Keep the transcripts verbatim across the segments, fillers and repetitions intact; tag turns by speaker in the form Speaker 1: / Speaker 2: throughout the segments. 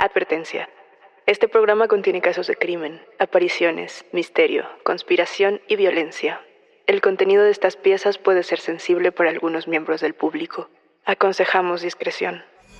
Speaker 1: Advertencia. Este programa contiene casos de crimen, apariciones, misterio, conspiración y violencia. El contenido de estas piezas puede ser sensible para algunos miembros del público. Aconsejamos discreción.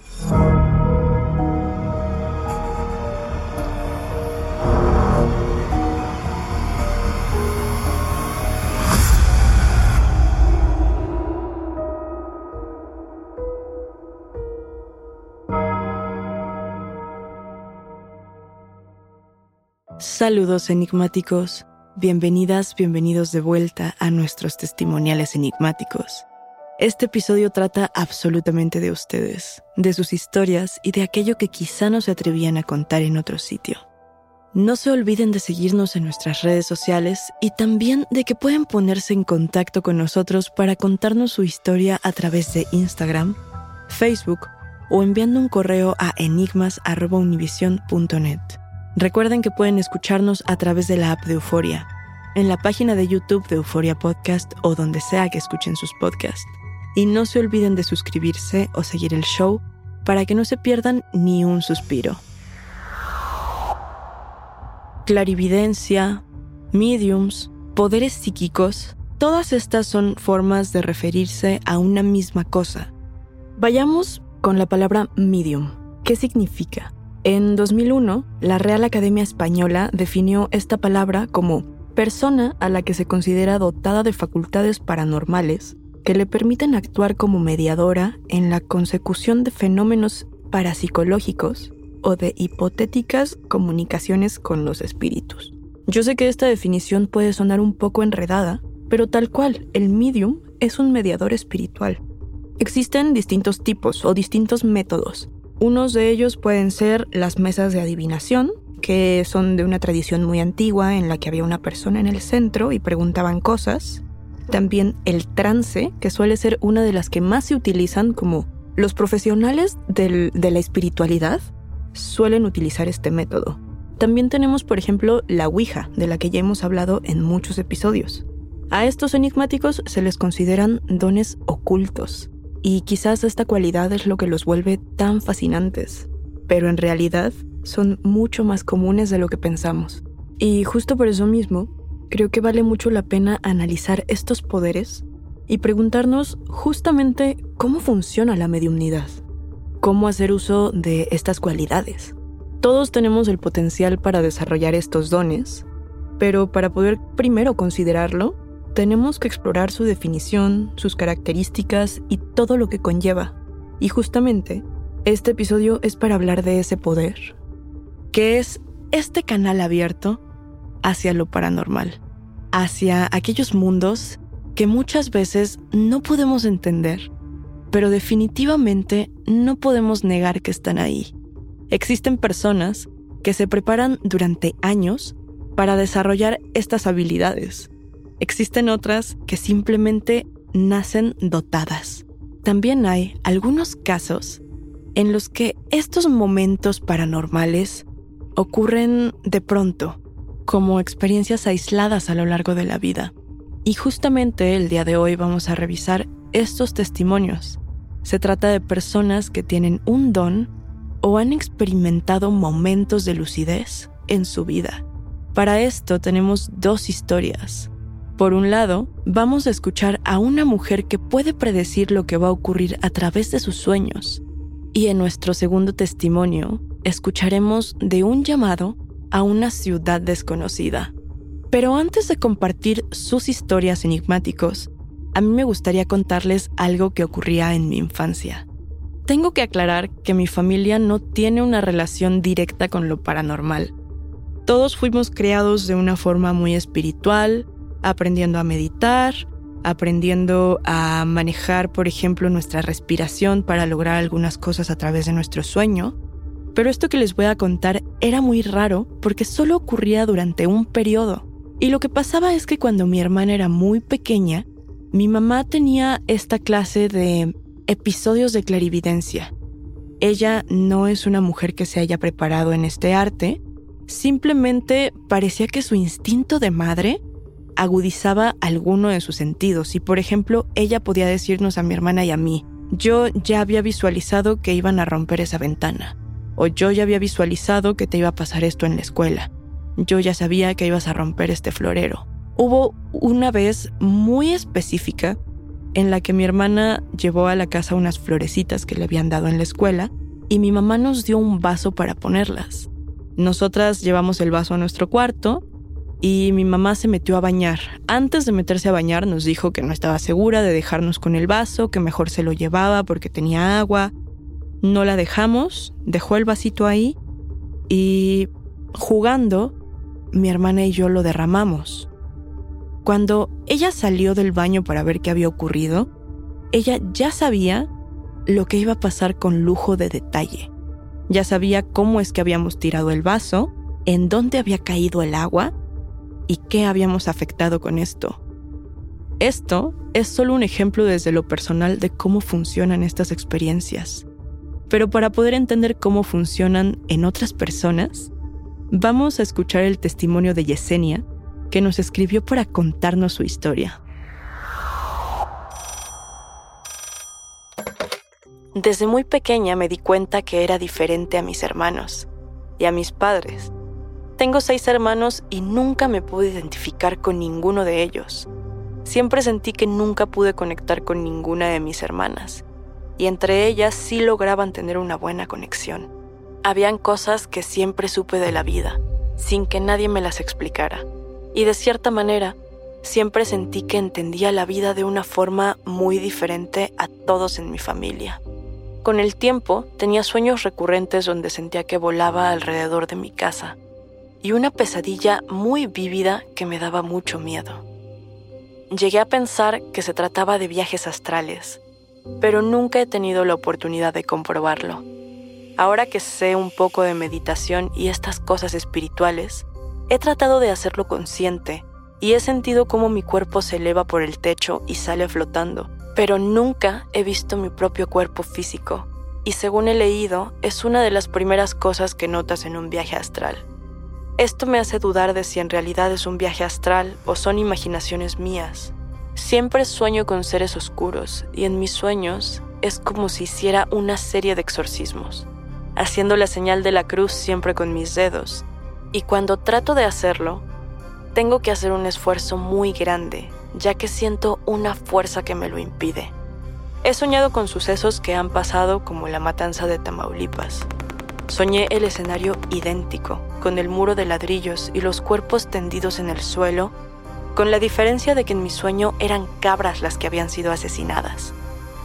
Speaker 2: Saludos enigmáticos, bienvenidas, bienvenidos de vuelta a nuestros testimoniales enigmáticos. Este episodio trata absolutamente de ustedes, de sus historias y de aquello que quizá no se atrevían a contar en otro sitio. No se olviden de seguirnos en nuestras redes sociales y también de que pueden ponerse en contacto con nosotros para contarnos su historia a través de Instagram, Facebook o enviando un correo a enigmas arroba univision punto net. Recuerden que pueden escucharnos a través de la app de Euforia, en la página de YouTube de Euforia Podcast o donde sea que escuchen sus podcasts. Y no se olviden de suscribirse o seguir el show para que no se pierdan ni un suspiro. Clarividencia, mediums, poderes psíquicos, todas estas son formas de referirse a una misma cosa. Vayamos con la palabra medium. ¿Qué significa? En dos mil uno, la Real Academia Española definió esta palabra como persona a la que se considera dotada de facultades paranormales que le permiten actuar como mediadora en la consecución de fenómenos parapsicológicos o de hipotéticas comunicaciones con los espíritus. Yo sé que esta definición puede sonar un poco enredada, pero tal cual, el medium es un mediador espiritual. Existen distintos tipos o distintos métodos. Unos de ellos pueden ser las mesas de adivinación, que son de una tradición muy antigua en la que había una persona en el centro y preguntaban cosas. También el trance, que suele ser una de las que más se utilizan, como los profesionales del, de la espiritualidad suelen utilizar este método. También tenemos, por ejemplo, la Ouija, de la que ya hemos hablado en muchos episodios. A estos enigmáticos se les consideran dones ocultos. Y quizás esta cualidad es lo que los vuelve tan fascinantes, pero en realidad son mucho más comunes de lo que pensamos. Y justo por eso mismo, creo que vale mucho la pena analizar estos poderes y preguntarnos justamente cómo funciona la mediumnidad, cómo hacer uso de estas cualidades. Todos tenemos el potencial para desarrollar estos dones, pero para poder primero considerarlo, tenemos que explorar su definición, sus características y todo lo que conlleva. Y justamente, este episodio es para hablar de ese poder, que es este canal abierto hacia lo paranormal, hacia aquellos mundos que muchas veces no podemos entender, pero definitivamente no podemos negar que están ahí. Existen personas que se preparan durante años para desarrollar estas habilidades. Existen otras que simplemente nacen dotadas. También hay algunos casos en los que estos momentos paranormales ocurren de pronto, como experiencias aisladas a lo largo de la vida. Y justamente el día de hoy vamos a revisar estos testimonios. Se trata de personas que tienen un don o han experimentado momentos de lucidez en su vida. Para esto tenemos dos historias. Por un lado, vamos a escuchar a una mujer que puede predecir lo que va a ocurrir a través de sus sueños. Y en nuestro segundo testimonio, escucharemos de un llamado a una ciudad desconocida. Pero antes de compartir sus historias enigmáticos, a mí me gustaría contarles algo que ocurría en mi infancia. Tengo que aclarar que mi familia no tiene una relación directa con lo paranormal. Todos fuimos criados de una forma muy espiritual, aprendiendo a meditar, aprendiendo a manejar, por ejemplo, nuestra respiración para lograr algunas cosas a través de nuestro sueño. Pero esto que les voy a contar era muy raro porque solo ocurría durante un periodo. Y lo que pasaba es que cuando mi hermana era muy pequeña, mi mamá tenía esta clase de episodios de clarividencia. Ella no es una mujer que se haya preparado en este arte, simplemente parecía que su instinto de madre agudizaba alguno de sus sentidos y, por ejemplo, ella podía decirnos a mi hermana y a mí, yo ya había visualizado que iban a romper esa ventana. o yo ya había visualizado que te iba a pasar esto en la escuela. Yo ya sabía que ibas a romper este florero. Hubo una vez muy específica en la que mi hermana llevó a la casa unas florecitas que le habían dado en la escuela y mi mamá nos dio un vaso para ponerlas. Nosotras llevamos el vaso a nuestro cuarto y mi mamá se metió a bañar. Antes de meterse a bañar nos dijo que no estaba segura de dejarnos con el vaso, que mejor se lo llevaba porque tenía agua. No la dejamos, dejó el vasito ahí y jugando, mi hermana y yo lo derramamos. Cuando ella salió del baño para ver qué había ocurrido, ella ya sabía lo que iba a pasar con lujo de detalle. Ya sabía cómo es que habíamos tirado el vaso, en dónde había caído el agua y qué habíamos afectado con esto. Esto es solo un ejemplo desde lo personal de cómo funcionan estas experiencias. Pero para poder entender cómo funcionan en otras personas, vamos a escuchar el testimonio de Yesenia, que nos escribió para contarnos su historia. Desde muy pequeña me di cuenta que era diferente a mis hermanos y a mis padres. Tengo seis hermanos y nunca me pude identificar con ninguno de ellos. Siempre sentí que nunca pude conectar con ninguna de mis hermanas, y entre ellas sí lograban tener una buena conexión. Habían cosas que siempre supe de la vida, sin que nadie me las explicara. Y de cierta manera, siempre sentí que entendía la vida de una forma muy diferente a todos en mi familia. Con el tiempo, tenía sueños recurrentes donde sentía que volaba alrededor de mi casa, y una pesadilla muy vívida que me daba mucho miedo. Llegué a pensar que se trataba de viajes astrales, pero nunca he tenido la oportunidad de comprobarlo. Ahora que sé un poco de meditación y estas cosas espirituales, he tratado de hacerlo consciente y he sentido cómo mi cuerpo se eleva por el techo y sale flotando, pero nunca he visto mi propio cuerpo físico, y según he leído, es una de las primeras cosas que notas en un viaje astral. Esto me hace dudar de si en realidad es un viaje astral o son imaginaciones mías. Siempre sueño con seres oscuros y en mis sueños es como si hiciera una serie de exorcismos, haciendo la señal de la cruz siempre con mis dedos. Y cuando trato de hacerlo, tengo que hacer un esfuerzo muy grande, ya que siento una fuerza que me lo impide. He soñado con sucesos que han pasado como la matanza de Tamaulipas. Soñé el escenario idéntico, con el muro de ladrillos y los cuerpos tendidos en el suelo, con la diferencia de que en mi sueño eran cabras las que habían sido asesinadas.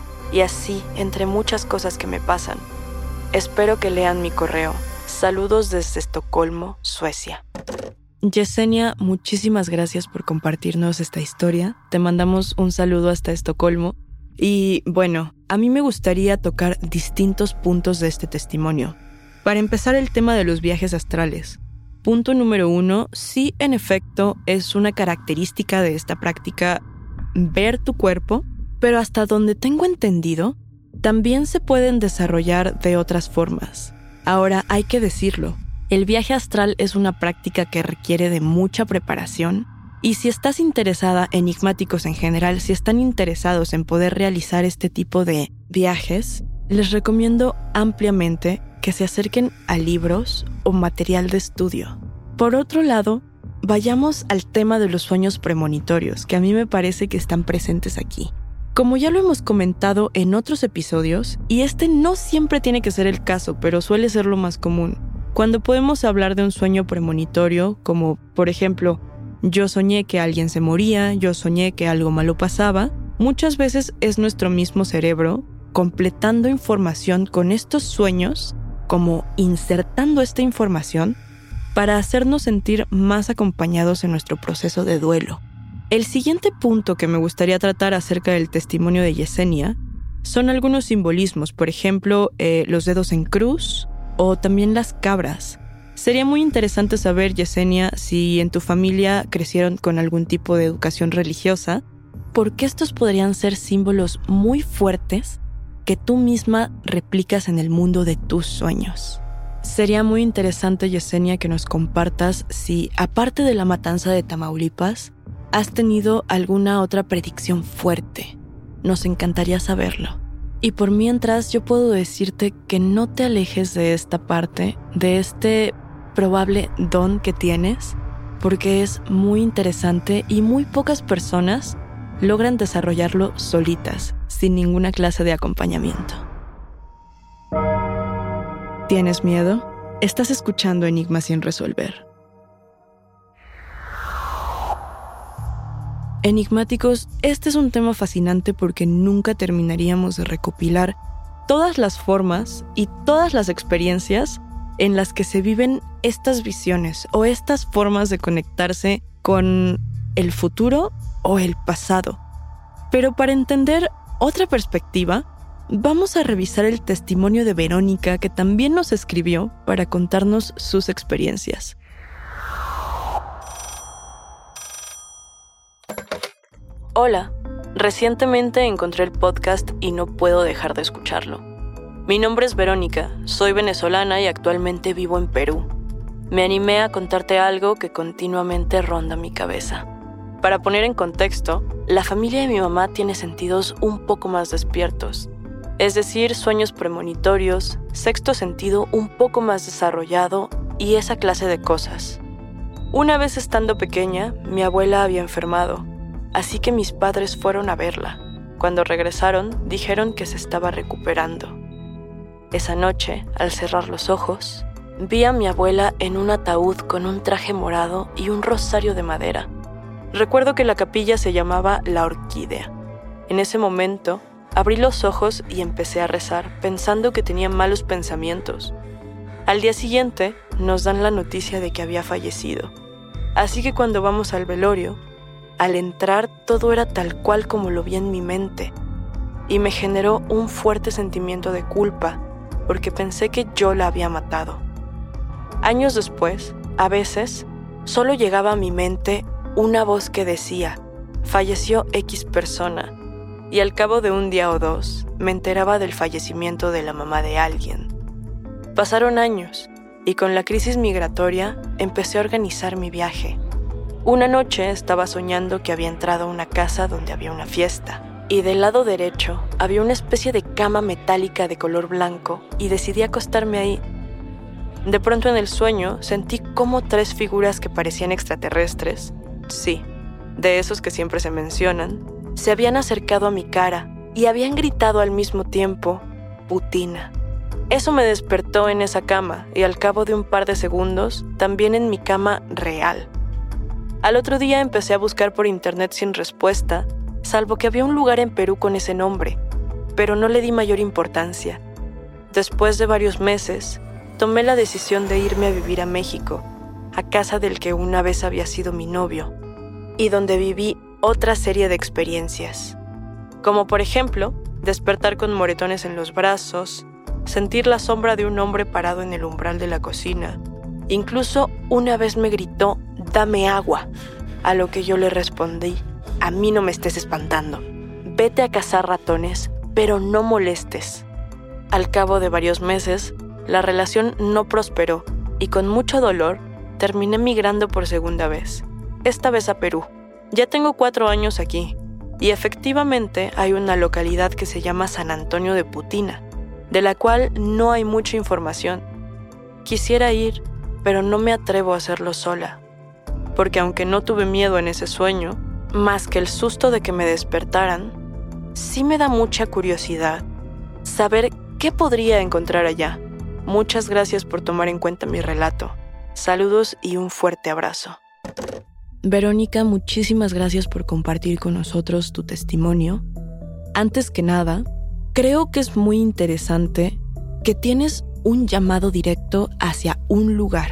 Speaker 2: Y así, entre muchas cosas que me pasan, espero que lean mi correo. Saludos desde Estocolmo, Suecia. Yesenia, muchísimas gracias por compartirnos esta historia. Te mandamos un saludo hasta Estocolmo. Y bueno, a mí me gustaría tocar distintos puntos de este testimonio. Para empezar, el tema de los viajes astrales. Punto número uno, sí, en efecto, es una característica de esta práctica ver tu cuerpo, pero hasta donde tengo entendido, también se pueden desarrollar de otras formas. Ahora, hay que decirlo, el viaje astral es una práctica que requiere de mucha preparación, y si estás interesada, enigmáticos en general, si están interesados en poder realizar este tipo de viajes, les recomiendo ampliamente que se acerquen a libros o material de estudio. Por otro lado, vayamos al tema de los sueños premonitorios, que a mí me parece que están presentes aquí. Como ya lo hemos comentado en otros episodios, y este no siempre tiene que ser el caso, pero suele ser lo más común, cuando podemos hablar de un sueño premonitorio, como por ejemplo, yo soñé que alguien se moría, yo soñé que algo malo pasaba, muchas veces es nuestro mismo cerebro completando información con estos sueños, como insertando esta información para hacernos sentir más acompañados en nuestro proceso de duelo. El siguiente punto que me gustaría tratar acerca del testimonio de Yesenia son algunos simbolismos, por ejemplo, eh, los dedos en cruz o también las cabras. Sería muy interesante saber, Yesenia, si en tu familia crecieron con algún tipo de educación religiosa, porque estos podrían ser símbolos muy fuertes que tú misma replicas en el mundo de tus sueños. Sería muy interesante, Yesenia, que nos compartas si, aparte de la matanza de Tamaulipas, has tenido alguna otra predicción fuerte. Nos encantaría saberlo. Y por mientras yo puedo decirte que no te alejes de esta parte, de este probable don que tienes, porque es muy interesante y muy pocas personas logran desarrollarlo solitas, sin ninguna clase de acompañamiento. ¿Tienes miedo? Estás escuchando Enigmas sin resolver. Enigmáticos, este es un tema fascinante porque nunca terminaríamos de recopilar todas las formas y todas las experiencias en las que se viven estas visiones o estas formas de conectarse con el futuro o el pasado. Pero para entender otra perspectiva, vamos a revisar el testimonio de Verónica, que también nos escribió para contarnos sus experiencias. Hola, recientemente encontré el podcast y no puedo dejar de escucharlo. Mi nombre es Verónica, soy venezolana y actualmente vivo en Perú. Me animé a contarte algo que continuamente ronda mi cabeza. Para poner en contexto, la familia de mi mamá tiene sentidos un poco más despiertos, es decir, sueños premonitorios, sexto sentido un poco más desarrollado y esa clase de cosas. Una vez estando pequeña, mi abuela había enfermado, así que mis padres fueron a verla. Cuando regresaron, dijeron que se estaba recuperando. Esa noche, al cerrar los ojos, vi a mi abuela en un ataúd con un traje morado y un rosario de madera. Recuerdo que la capilla se llamaba La Orquídea. En ese momento, abrí los ojos y empecé a rezar, pensando que tenía malos pensamientos. Al día siguiente, nos dan la noticia de que había fallecido. Así que cuando vamos al velorio, al entrar todo era tal cual como lo vi en mi mente, y me generó un fuerte sentimiento de culpa, porque pensé que yo la había matado. Años después, a veces, solo llegaba a mi mente una voz que decía, falleció X persona, y al cabo de un día o dos, me enteraba del fallecimiento de la mamá de alguien. Pasaron años, y con la crisis migratoria, empecé a organizar mi viaje. Una noche estaba soñando que había entrado a una casa donde había una fiesta, y del lado derecho había una especie de cama metálica de color blanco, y decidí acostarme ahí. De pronto en el sueño sentí como tres figuras que parecían extraterrestres, sí, de esos que siempre se mencionan, se habían acercado a mi cara y habían gritado al mismo tiempo, Putina. Eso me despertó en esa cama y al cabo de un par de segundos, también en mi cama real. Al otro día empecé a buscar por internet sin respuesta, salvo que había un lugar en Perú con ese nombre, pero no le di mayor importancia. Después de varios meses, tomé la decisión de irme a vivir a México, a casa del que una vez había sido mi novio, y donde viví otra serie de experiencias, como por ejemplo, despertar con moretones en los brazos, sentir la sombra de un hombre parado en el umbral de la cocina. Incluso una vez me gritó, dame agua, a lo que yo le respondí, a mí no me estés espantando, vete a cazar ratones, pero no molestes. Al cabo de varios meses, la relación no prosperó y con mucho dolor terminé migrando por segunda vez, esta vez a Perú. Ya tengo cuatro años aquí y efectivamente hay una localidad que se llama San Antonio de Putina, de la cual no hay mucha información. Quisiera ir, pero no me atrevo a hacerlo sola, porque aunque no tuve miedo en ese sueño, más que el susto de que me despertaran, sí me da mucha curiosidad saber qué podría encontrar allá. Muchas gracias por tomar en cuenta mi relato. Saludos y un fuerte abrazo. Verónica, muchísimas gracias por compartir con nosotros tu testimonio. Antes que nada, creo que es muy interesante que tienes un llamado directo hacia un lugar.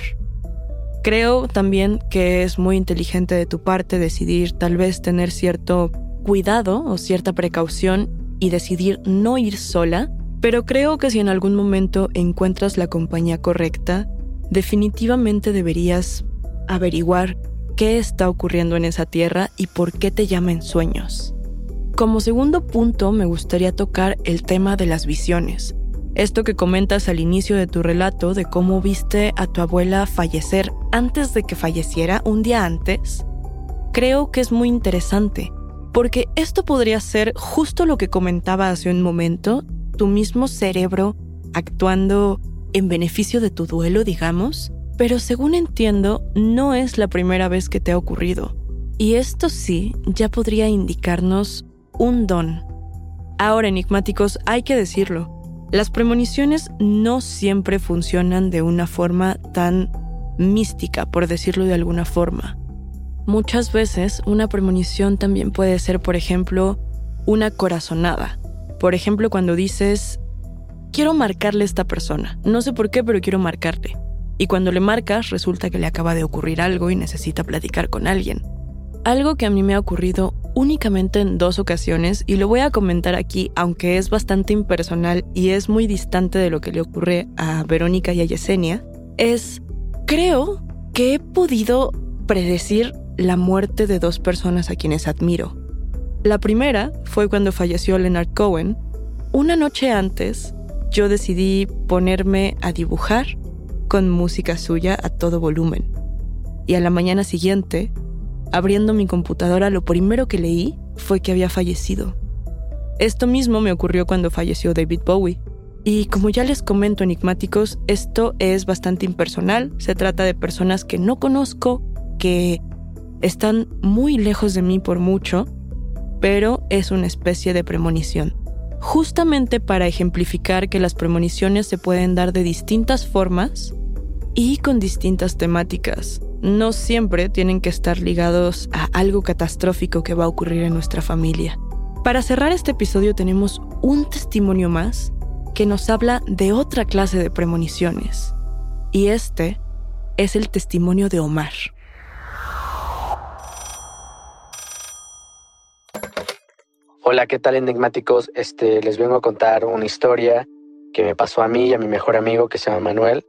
Speaker 2: Creo también que es muy inteligente de tu parte decidir tal vez tener cierto cuidado o cierta precaución y decidir no ir sola, pero creo que si en algún momento encuentras la compañía correcta, definitivamente deberías averiguar qué está ocurriendo en esa tierra y por qué te llama en sueños. Como segundo punto, me gustaría tocar el tema de las visiones. Esto que comentas al inicio de tu relato de cómo viste a tu abuela fallecer antes de que falleciera, un día antes, creo que es muy interesante, porque esto podría ser justo lo que comentaba hace un momento tu mismo cerebro actuando en beneficio de tu duelo, digamos, pero según entiendo, no es la primera vez que te ha ocurrido. Y esto sí, ya podría indicarnos un don. Ahora, enigmáticos, hay que decirlo. Las premoniciones no siempre funcionan de una forma tan mística, por decirlo de alguna forma. Muchas veces una premonición también puede ser, por ejemplo, una corazonada. Por ejemplo, cuando dices, quiero marcarle a esta persona. No sé por qué, pero quiero marcarle. Y cuando le marcas, resulta que le acaba de ocurrir algo y necesita platicar con alguien. Algo que a mí me ha ocurrido únicamente en dos ocasiones, y lo voy a comentar aquí, aunque es bastante impersonal y es muy distante de lo que le ocurre a Verónica y a Yesenia, es, creo que he podido predecir la muerte de dos personas a quienes admiro. La primera fue cuando falleció Leonard Cohen. Una noche antes, yo decidí ponerme a dibujar con música suya a todo volumen. Y a la mañana siguiente, abriendo mi computadora, lo primero que leí fue que había fallecido. Esto mismo me ocurrió cuando falleció David Bowie. Y como ya les comento, enigmáticos, esto es bastante impersonal. Se trata de personas que no conozco, que están muy lejos de mí por mucho, pero es una especie de premonición. Justamente para ejemplificar que las premoniciones se pueden dar de distintas formas y con distintas temáticas. No siempre tienen que estar ligados a algo catastrófico que va a ocurrir en nuestra familia. Para cerrar este episodio tenemos un testimonio más que nos habla de otra clase de premoniciones. Y este es el testimonio de Omar.
Speaker 3: Hola, ¿qué tal, enigmáticos? Este, les vengo a contar una historia que me pasó a mí y a mi mejor amigo que se llama Manuel.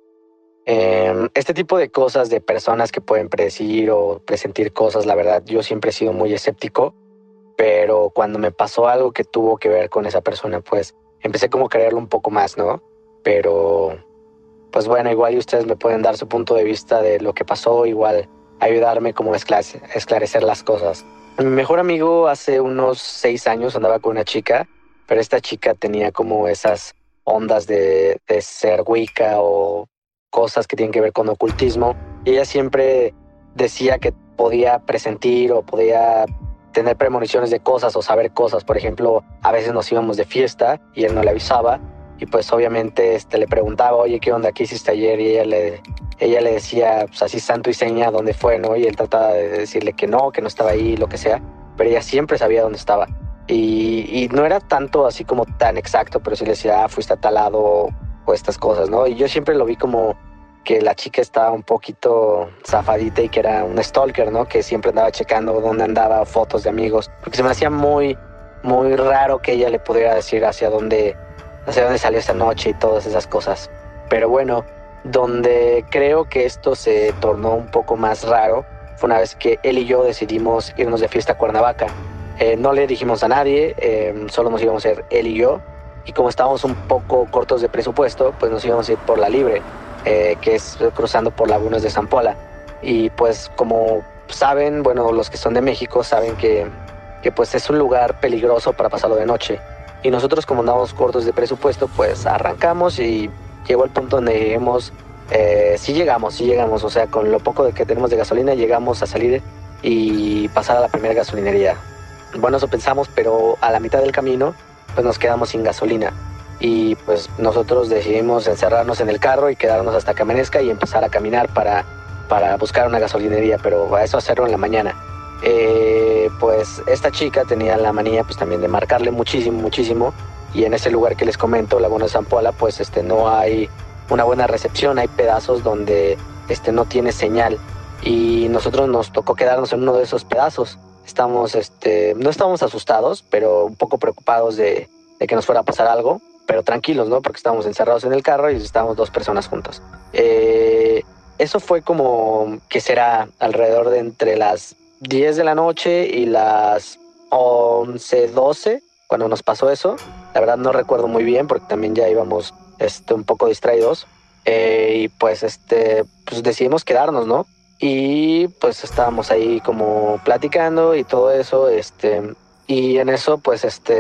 Speaker 3: Eh, este tipo de cosas de personas que pueden predecir o presentir cosas, la verdad, yo siempre he sido muy escéptico, pero cuando me pasó algo que tuvo que ver con esa persona, pues empecé como a creerlo un poco más, ¿no? Pero, pues bueno, igual y ustedes me pueden dar su punto de vista de lo que pasó, igual ayudarme como a esclare- esclarecer las cosas. Mi mejor amigo hace unos seis años andaba con una chica, pero esta chica tenía como esas ondas de, de ser wicca o cosas que tienen que ver con ocultismo. Y ella siempre decía que podía presentir o podía tener premoniciones de cosas o saber cosas. Por ejemplo, a veces nos íbamos de fiesta y él no le avisaba y pues obviamente este, le preguntaba, oye, ¿qué onda? ¿Qué hiciste ayer? Y ella le... Ella le decía, pues así santo y seña, dónde fue, ¿no? Y él trataba de decirle que no, que no estaba ahí, lo que sea. Pero ella siempre sabía dónde estaba. Y, y no era tanto así como tan exacto, pero sí le decía, ah, fuiste a tal lado o, o estas cosas, ¿no? Y yo siempre lo vi como que la chica estaba un poquito zafadita y que era un stalker, ¿no? Que siempre andaba checando dónde andaba, fotos de amigos. Porque se me hacía muy, muy raro que ella le pudiera decir hacia dónde, hacia dónde salió esa noche y todas esas cosas. Pero bueno, donde creo que esto se tornó un poco más raro fue una vez que él y yo decidimos irnos de fiesta a Cuernavaca. Eh, no le dijimos a nadie, eh, solo nos íbamos a ir él y yo. Y como estábamos un poco cortos de presupuesto, pues nos íbamos a ir por la Libre, eh, que es cruzando por Lagunas de Zampoala. Y pues como saben, bueno, los que son de México saben que, que pues es un lugar peligroso para pasarlo de noche. Y nosotros, como andábamos cortos de presupuesto, pues arrancamos y llegó el punto donde hemos, eh, sí llegamos, sí llegamos, o sea, con lo poco de que tenemos de gasolina llegamos a salir y pasar a la primera gasolinería. Bueno, eso pensamos, pero a la mitad del camino, pues nos quedamos sin gasolina. Y pues nosotros decidimos encerrarnos en el carro y quedarnos hasta que amanezca y empezar a caminar para, para buscar una gasolinería, pero a eso hacerlo en la mañana. Eh, pues esta chica tenía la manía pues también de marcarle muchísimo, muchísimo. Y en ese lugar que les comento, Laguna de Zampoala, pues este, no hay una buena recepción, hay pedazos donde este, no tiene señal. Y nosotros nos tocó quedarnos en uno de esos pedazos. Estamos, este, no estábamos asustados, pero un poco preocupados de, de que nos fuera a pasar algo, pero tranquilos, ¿no? Porque estábamos encerrados en el carro y estábamos dos personas juntos. Eh, eso fue como que será alrededor de entre las diez de la noche y las once, doce, cuando nos pasó eso. La verdad no recuerdo muy bien porque también ya íbamos este, un poco distraídos. Eh, y pues, este, pues decidimos quedarnos, ¿no? Y pues estábamos ahí como platicando y todo eso. Este, y en eso, pues, este,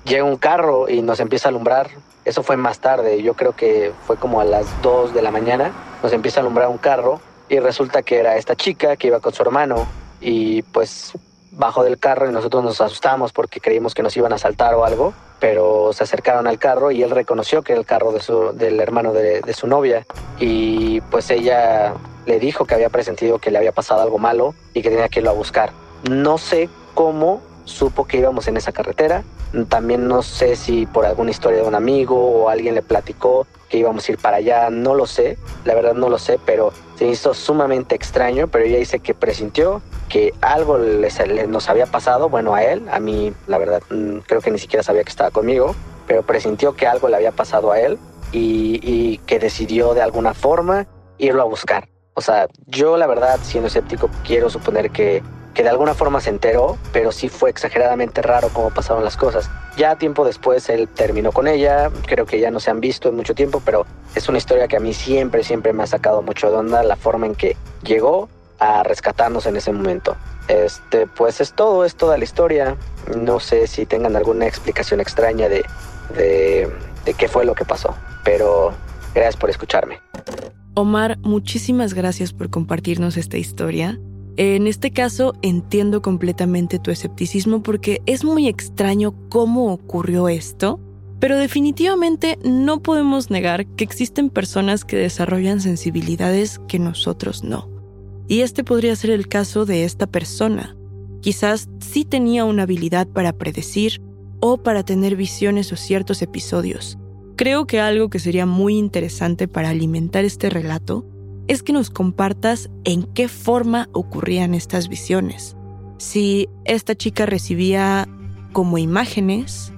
Speaker 3: llega un carro y nos empieza a alumbrar. Eso fue más tarde, yo creo que fue como a las dos de la mañana. Nos empieza a alumbrar un carro y resulta que era esta chica que iba con su hermano y pues bajó del carro y nosotros nos asustamos porque creímos que nos iban a asaltar o algo, pero se acercaron al carro y él reconoció que era el carro de su, del hermano de, de su novia y pues ella le dijo que había presentido que le había pasado algo malo y que tenía que irlo a buscar. No sé cómo supo que íbamos en esa carretera. También no sé si por alguna historia de un amigo o alguien le platicó que íbamos a ir para allá. No lo sé, la verdad no lo sé, pero se hizo sumamente extraño. Pero ella dice que presintió que algo les, les, nos había pasado, bueno, a él. A mí, la verdad, creo que ni siquiera sabía que estaba conmigo, pero presintió que algo le había pasado a él y, y que decidió de alguna forma irlo a buscar. O sea, yo la verdad, siendo escéptico, quiero suponer que que de alguna forma se enteró, pero sí fue exageradamente raro cómo pasaron las cosas. Ya tiempo después él terminó con ella, creo que ya no se han visto en mucho tiempo, pero es una historia que a mí siempre, siempre me ha sacado mucho de onda la forma en que llegó a rescatarnos en ese momento. Este, pues es todo, es toda la historia. No sé si tengan alguna explicación extraña de, de, de qué fue lo que pasó, pero gracias por escucharme.
Speaker 2: Omar, muchísimas gracias por compartirnos esta historia. En este caso, entiendo completamente tu escepticismo porque es muy extraño cómo ocurrió esto, pero definitivamente no podemos negar que existen personas que desarrollan sensibilidades que nosotros no. Y este podría ser el caso de esta persona. Quizás sí tenía una habilidad para predecir o para tener visiones o ciertos episodios. Creo que algo que sería muy interesante para alimentar este relato es que nos compartas en qué forma ocurrían estas visiones. Si esta chica recibía como imágenes,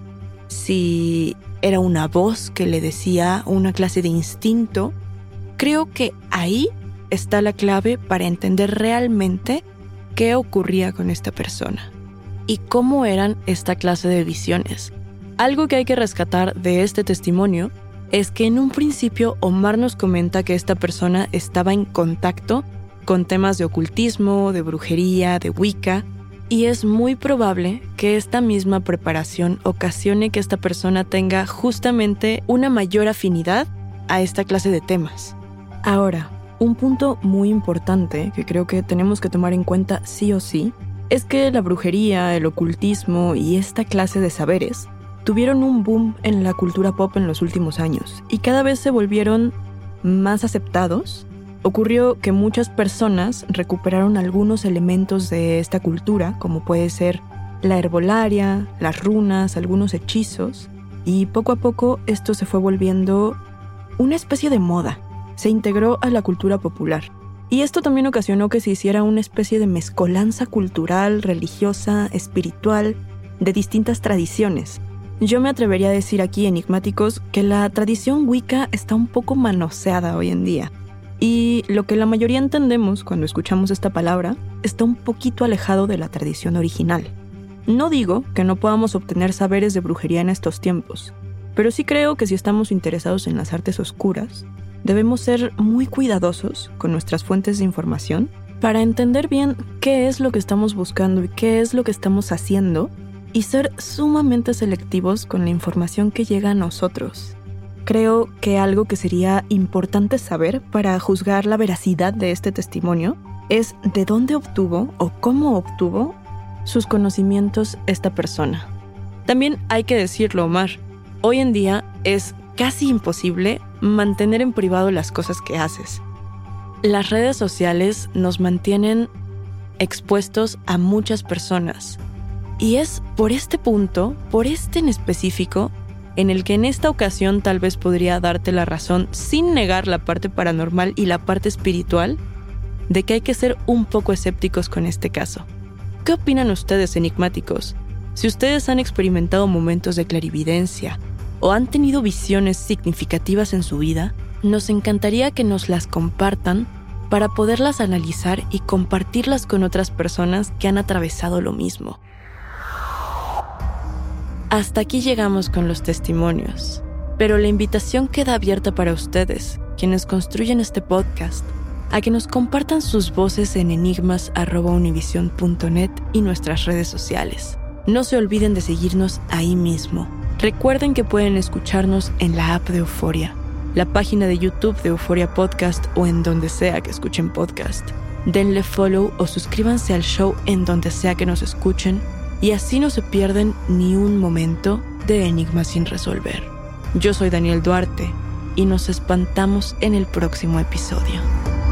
Speaker 2: si era una voz que le decía una clase de instinto, creo que ahí está la clave para entender realmente qué ocurría con esta persona y cómo eran esta clase de visiones. Algo que hay que rescatar de este testimonio es que en un principio Omar nos comenta que esta persona estaba en contacto con temas de ocultismo, de brujería, de Wicca, y es muy probable que esta misma preparación ocasione que esta persona tenga justamente una mayor afinidad a esta clase de temas. Ahora, un punto muy importante que creo que tenemos que tomar en cuenta sí o sí es que la brujería, el ocultismo y esta clase de saberes tuvieron un boom en la cultura pop en los últimos años y cada vez se volvieron más aceptados. Ocurrió que muchas personas recuperaron algunos elementos de esta cultura, como puede ser la herbolaria, las runas, algunos hechizos, y poco a poco esto se fue volviendo una especie de moda. Se integró a la cultura popular. Y esto también ocasionó que se hiciera una especie de mezcolanza cultural, religiosa, espiritual, de distintas tradiciones. Yo me atrevería a decir aquí, enigmáticos, que la tradición Wicca está un poco manoseada hoy en día. Y lo que la mayoría entendemos cuando escuchamos esta palabra está un poquito alejado de la tradición original. No digo que no podamos obtener saberes de brujería en estos tiempos, pero sí creo que si estamos interesados en las artes oscuras, debemos ser muy cuidadosos con nuestras fuentes de información para entender bien qué es lo que estamos buscando y qué es lo que estamos haciendo, y ser sumamente selectivos con la información que llega a nosotros. Creo que algo que sería importante saber para juzgar la veracidad de este testimonio es de dónde obtuvo o cómo obtuvo sus conocimientos esta persona. También hay que decirlo, Omar, hoy en día es casi imposible mantener en privado las cosas que haces. Las redes sociales nos mantienen expuestos a muchas personas. Y es por este punto, por este en específico, en el que en esta ocasión tal vez podría darte la razón sin negar la parte paranormal y la parte espiritual, de que hay que ser un poco escépticos con este caso. ¿Qué opinan ustedes, enigmáticos? Si ustedes han experimentado momentos de clarividencia o han tenido visiones significativas en su vida, nos encantaría que nos las compartan para poderlas analizar y compartirlas con otras personas que han atravesado lo mismo. Hasta aquí llegamos con los testimonios, pero la invitación queda abierta para ustedes, quienes construyen este podcast, a que nos compartan sus voces en enigmas arroba univision punto net y nuestras redes sociales. No se olviden de seguirnos ahí mismo. Recuerden que pueden escucharnos en la app de Euforia, la página de YouTube de Euforia Podcast o en donde sea que escuchen podcast. Denle follow o suscríbanse al show en donde sea que nos escuchen y así no se pierden ni un momento de Enigmas sin resolver. Yo soy Daniel Duarte y nos espantamos en el próximo episodio.